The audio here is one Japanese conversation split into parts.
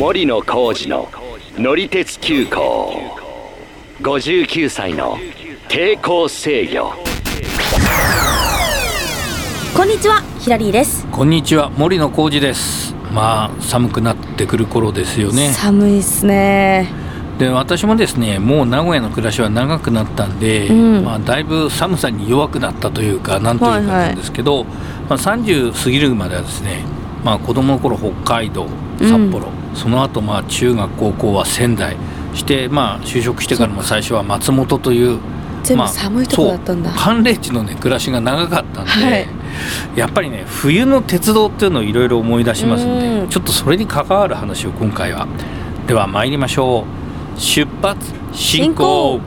森野浩二の乗り鉄急行。59歳の抵抗制御。 こんにちは、ヒラリーです。 こんにちは、森野浩二です。寒くなってくる頃ですよね。 寒いっすね。 で、私もですね、もう名古屋の暮らしは長くなったんで、だいぶ寒さに弱くなったというか、なんというかなんですけど、30過ぎるまではですね、子供の頃北海道、札幌、その後中学高校は仙台して、就職してからも最初は松本という全部寒いとこだったんだ。 寒冷地のね暮らしが長かったんで、やっぱりね冬の鉄道っていうのをいろいろ思い出しますので、ちょっとそれに関わる話を今回は。では参りましょう。出発進行。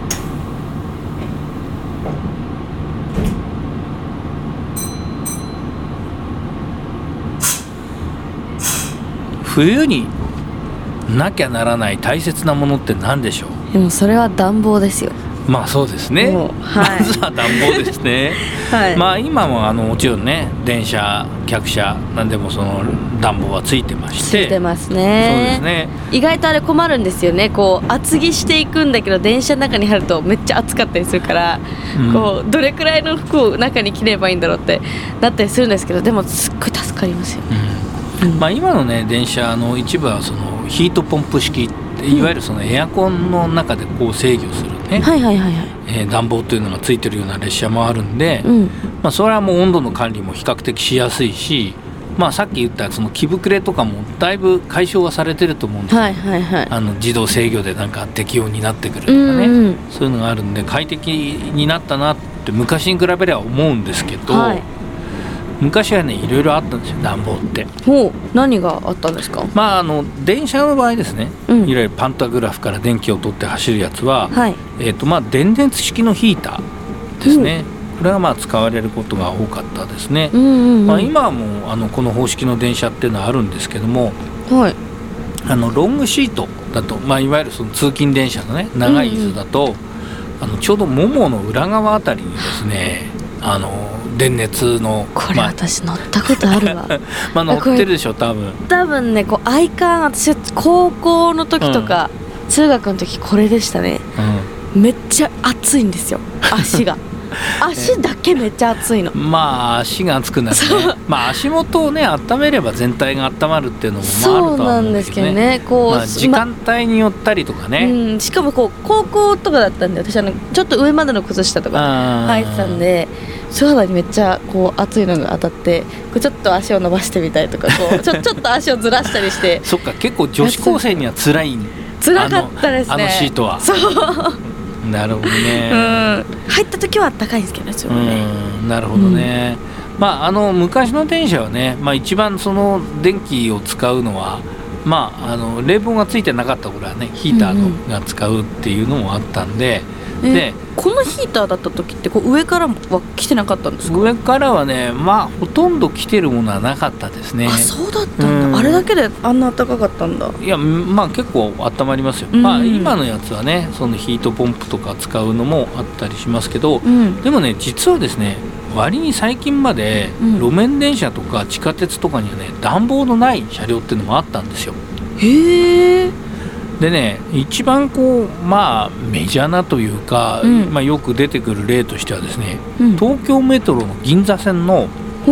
冬になきゃならない大切なものって何でしょう。 でもそれは暖房ですよ。 そうですね、まずは暖房ですね、今ももちろんね電車客車なんでもその暖房はついてまして。 ついてますね。 そうですね。 意外とあれ困るんですよね。厚着していくんだけど電車の中に入るとめっちゃ暑かったりするから、どれくらいの服を中に着ればいいんだろうってなったりするんですけど、でもすっごい助かりますよね。 今のね電車一部はそのヒートポンプ式っていわゆるそのエアコンの中で制御するね、暖房というのがついてるような列車もあるんで、それはもう温度の管理も比較的しやすいし、さっき言ったその着膨れとかもだいぶ解消はされてると思うんですよ、自動制御でなんか適用になってくるとかね、そういうのがあるんで快適になったなって昔に比べれば思うんですけど、昔はねいろいろあったんですよ暖房って。 何があったんですか。 電車の場合ですね、いわゆるパンタグラフから電気を取って走るやつは、電熱式のヒーターですね、これは使われることが多かったですね。今はもうこの方式の電車っていうのはあるんですけども、ロングシートだと、いわゆるその通勤電車のね長い椅子だと、ちょうどももの裏側あたりにですね電熱のこれ私乗ったことあるわ乗ってるでしょ多分ね。アイカン、私高校の時とか、中学の時これでしたね、めっちゃ暑いんですよ足が足だけめっちゃ暑いの。 足が熱くなるね。足元をね温めれば全体が温まるっていうのもあるとは思うんですけどね。そうなんですけどね。 時間帯によったりとかね、 しかも高校とかだったんで、私ちょっと上までの靴下とか履いてたんで、素肌にめっちゃ熱いのが当たって、ちょっと足を伸ばしてみたりとかちょっと足をずらしたりしてそっか、結構女子高生には辛かったですね、 シートは。そうなるほどね。 入った時は暖かいんですけどね、それもね。 なるほどね。昔の電車はね、一番その電気を使うのは、冷房がついてなかった頃はねヒーターが使うっていうのもあったんで、 このヒーターだった時って上からは来てなかったんですか。 上からはねほとんど来てるものはなかったですね。 そうだったんだ。あれだけであんな暖かかったんだ。 いや結構温まりますよ。今のやつはねそのヒートポンプとか使うのもあったりしますけど、でもね実はですね割に最近まで路面電車とか地下鉄とかにはね暖房のない車両っていうのもあったんですよ。 へえ。 でね一番メジャーなというか、よく出てくる例としてはですね、東京メトロの銀座線の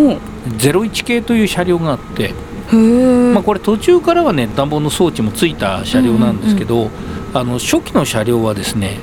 01系という車両があって、これ途中からはね暖房の装置もついた車両なんですけど、初期の車両はですね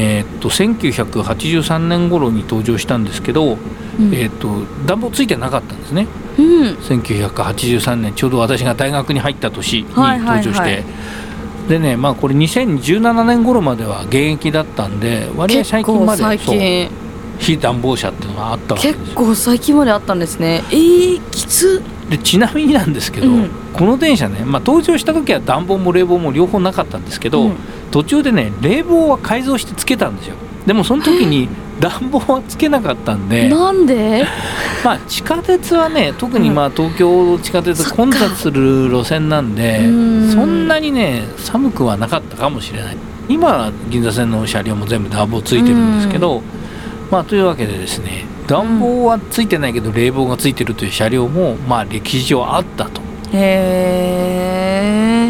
1983年頃に登場したんですけど、暖房ついてなかったんですね。1983年ちょうど私が大学に入った年に登場して、でねこれ2017年頃までは現役だったんで、割合最近まで非暖房車っていうのがあったわけですよ。 結構最近まであったんですね。きつでちなみになんですけど、この電車ね、登場した時は暖房も冷房も両方なかったんですけど、途中でね冷房は改造してつけたんですよ。でもその時に暖房はつけなかったんで。 なんで地下鉄はね特に東京地下鉄混雑する路線なんで、そんなにね寒くはなかったかもしれない。今は銀座線の車両も全部暖房ついてるんですけど、というわけでですね暖房はついてないけど冷房がついてるという車両も歴史上あったと。 へー。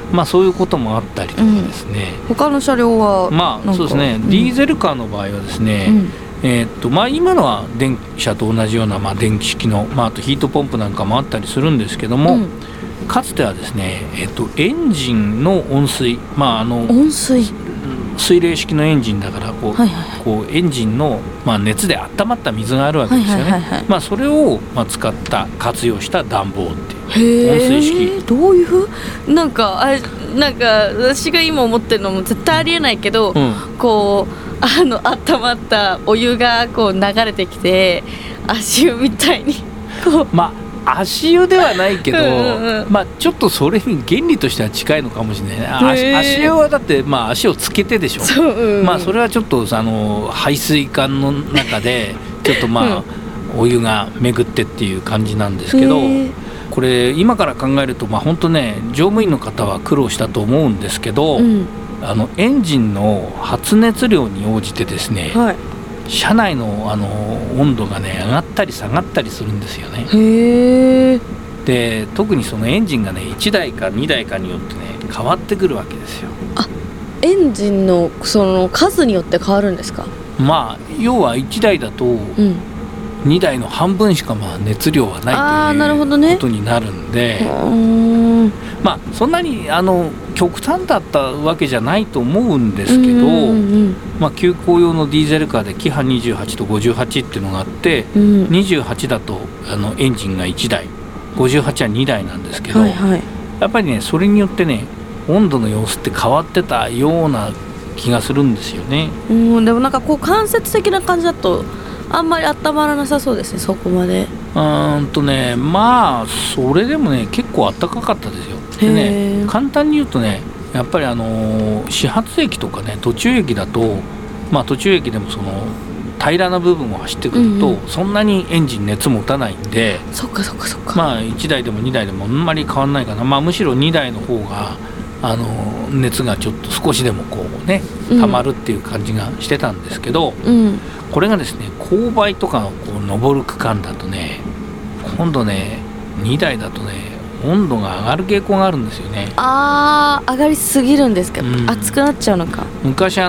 そういうこともあったりとかですね、 他の車両はそうですね、ディーゼルカーの場合はですね、今のは電車と同じような、電気式の、あとヒートポンプなんかもあったりするんですけども、かつてはですね、エンジンの温水、 温水水冷式のエンジンだからこうエンジンの、熱で温まった水があるわけですよね。それを、使った活用した暖房っていう温水式。 どういうなんか私が今思ってるのも絶対ありえないけど、こう温まったお湯がこう流れてきて足湯みたいにこう足湯ではないけど、ちょっとそれに原理としては近いのかもしれないね。足湯はだって、足をつけてでしょ。それはちょっと排水管の中でちょっとお湯が巡ってっていう感じなんですけど、これ今から考えると本当ね、乗務員の方は苦労したと思うんですけど、エンジンの発熱量に応じてですね、車内の温度がね上がったり下がったりするんですよね。で特にそのエンジンがね1台か2台かによってね変わってくるわけですよ。 エンジンのその数によって変わるんですか？ 要は1台だと2台の半分しか熱量はないということになるんで、そんなに極端だったわけじゃないと思うんですけど、急行用のディーゼルカーでキハ28と58っていうのがあって、28だとエンジンが1台、58は2台なんですけど、やっぱりねそれによってね温度の様子って変わってたような気がするんですよね。 でもなんかこう間接的な感じだとあんまり温まらなさそうですね、そこまで。 それでもね結構暖かかったですよ。でね、簡単に言うとね、やっぱり始発駅とかね途中駅だと、途中駅でもその平らな部分を走ってくると、そんなにエンジン熱持たないんで、1台でも2台でもあんまり変わんないかな。むしろ2台の方が熱がちょっと少しでもこうね溜まるっていう感じがしてたんですけど、これがですね勾配とかをこう登る区間だとね、今度ね2台だとね温度が上がる傾向があるんですよね。 上がりすぎるんですか？熱くなっちゃうのか。 昔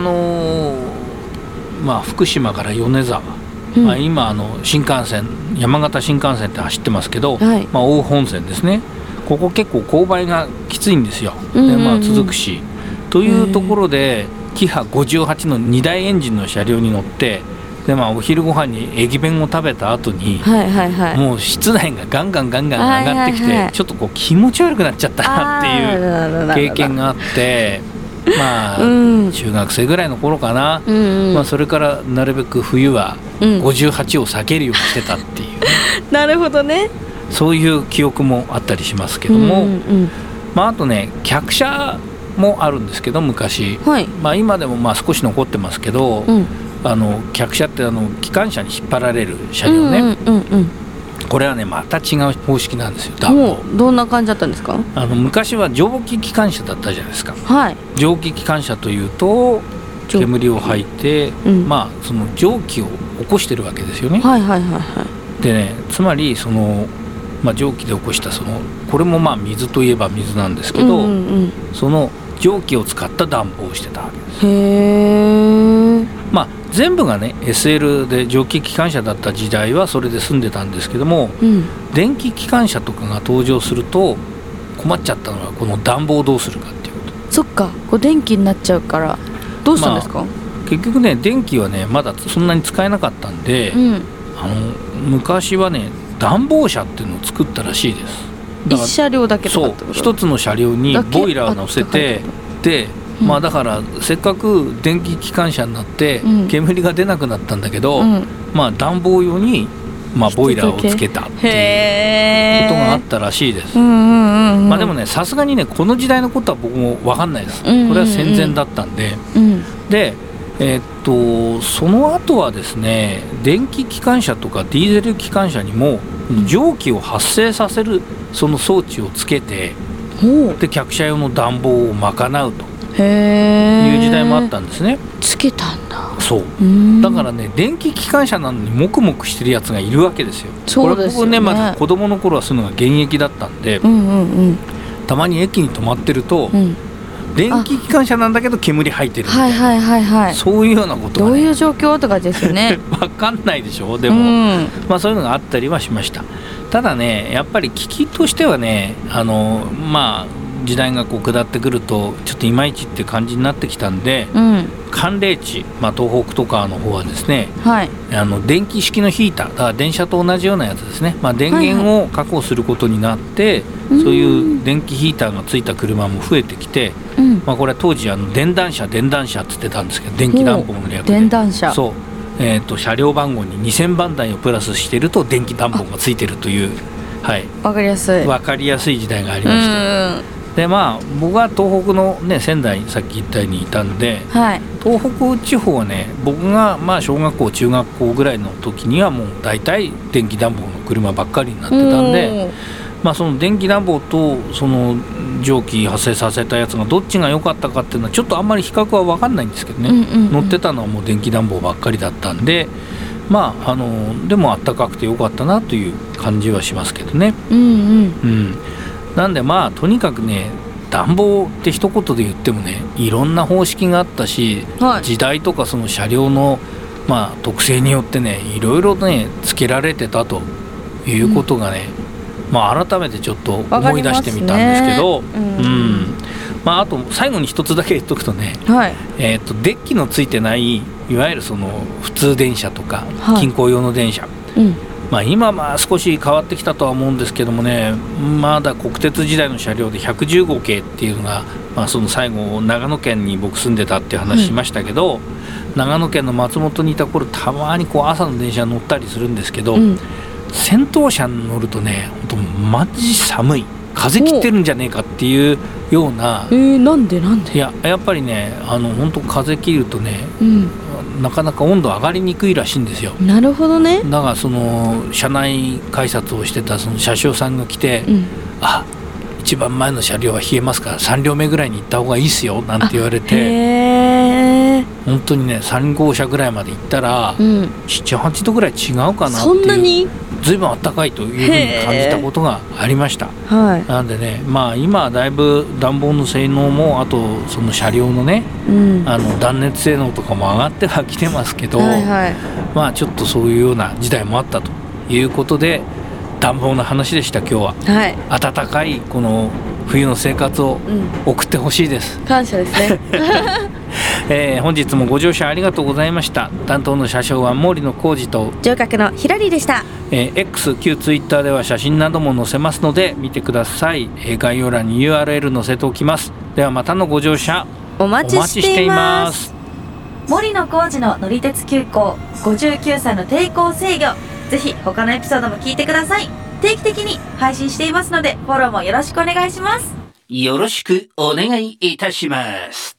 福島から米沢、今新幹線山形新幹線って走ってますけど、奥羽本線ですね、ここ結構勾配がきついんですよ。で続くしというところでキハ58の2台エンジンの車両に乗って、でお昼ご飯に駅弁を食べた後に、もう室内がガンガン上がってきて、ちょっとこう気持ち悪くなっちゃったなっていう経験があって、中学生ぐらいの頃かな、それからなるべく冬は58を避けるようにしてたっていう、 なるほどね。 そういう記憶もあったりしますけども、あとね客車もあるんですけど昔、今でも少し残ってますけど、客車って機関車に引っ張られる車両ね、これはねまた違う方式なんですよ。 どんな感じだったんですか？ 昔は蒸気機関車だったじゃないですか。蒸気機関車というと煙を吐いて、その蒸気を起こしてるわけですよね。でね、つまりその、蒸気で起こしたこれも水といえば水なんですけど、その蒸気を使った暖房をしてたわけです。全部がね SL で蒸気機関車だった時代はそれで済んでたんですけども、電気機関車とかが登場すると困っちゃったのはこの暖房をどうするかっていうこと。 そっか、電気になっちゃうからどうしたんですか？ 結局ね電気はねまだそんなに使えなかったんで、昔はね暖房車っていうのを作ったらしいです。 1車両だけとかってこと？ 一つの車両にボイラーを乗せて、でだからせっかく電気機関車になって煙が出なくなったんだけど、暖房用にボイラーをつけたっていうことがあったらしいです。でもねさすがにねこの時代のことは僕も分かんないです。これは戦前だったんで、でその後はですね電気機関車とかディーゼル機関車にも蒸気を発生させるその装置をつけて、で客車用の暖房を賄うという時代もあったんですね。 つけたんだ。 そうだからね電気機関車なのにもくもくしてるやつがいるわけですよ。 そうですよね。 これ僕ねまだ子供の頃はそういうのが現役だったんで、 たまに駅に止まってると、電気機関車なんだけど煙入ってるみたいな、そういうようなことが、 どういう状況とかですよね分かんないでしょ。でも、そういうのがあったりはしました。ただね、やっぱり機器としてはね、時代がこう下ってくるとちょっといまいちって感じになってきたんで、寒冷地、東北とかの方はですね、電気式のヒーターだから電車と同じようなやつですね、電源を確保することになって、そういう電気ヒーターがついた車も増えてきて、これは当時電暖車って言ってたんですけど、電気暖房の略で電暖車、 そう、車両番号に2000番台をプラスしていると電気暖房がついているという、 分かりやすい時代がありました。で僕は東北の、仙台にさっき言ったようにいたんで、東北地方はね、僕が小学校中学校ぐらいの時にはもう大体電気暖房の車ばっかりになってたんで、その電気暖房とその蒸気発生させたやつがどっちが良かったかっていうのはちょっとあんまり比較は分かんないんですけどね、乗ってたのはもう電気暖房ばっかりだったんで、でもあったかくて良かったなという感じはしますけどね。なんでとにかくね、暖房って一言で言ってもね、いろんな方式があったし、時代とかその車両の特性によってね、いろいろねつけられてたということがね、改めてちょっと思い出してみたんですけど、あと最後に一つだけ言っとくとね、デッキのついてないいわゆるその普通電車とか近郊用の電車、今少し変わってきたとは思うんですけどもね、まだ国鉄時代の車両で115系っていうのが、その最後長野県に僕住んでたっていう話しましたけど、長野県の松本にいた頃たまに朝の電車乗ったりするんですけど、先頭車に乗るとね、本当マジ寒い、風切ってるんじゃねえかっていうような、 なんでいやっぱりね、本当風切るとね、なかなか温度上がりにくいらしいんですよ。 なるほどね。 だからその車内改札をしてたその車掌さんが来て、一番前の車両は冷えますから3両目ぐらいに行った方がいいっすよなんて言われて、本当にね3号車ぐらいまで行ったら、7,8 度ぐらい違うかなっていう、 そんなにずいぶん暖かいというふうに感じたことがありました。なんでね、今はだいぶ暖房の性能も、あとその車両のね、断熱性能とかも上がってはきてますけど、ちょっとそういうような時代もあったということで、暖房の話でした今日は。暖かいこの冬の生活を送ってほしいです。 感謝ですね。本日もご乗車ありがとうございました。担当の車掌は毛利の浩二と乗客のヒラリーでした。 X 旧ツイッターでは写真なども載せますので見てください。概要欄に URL 載せておきます。ではまたのご乗車お待ちしています。 森野浩二の乗り鉄急行、59歳の抵抗制御、ぜひ他のエピソードも聞いてください。定期的に配信していますのでフォローもよろしくお願いします。 よろしくお願いいたします。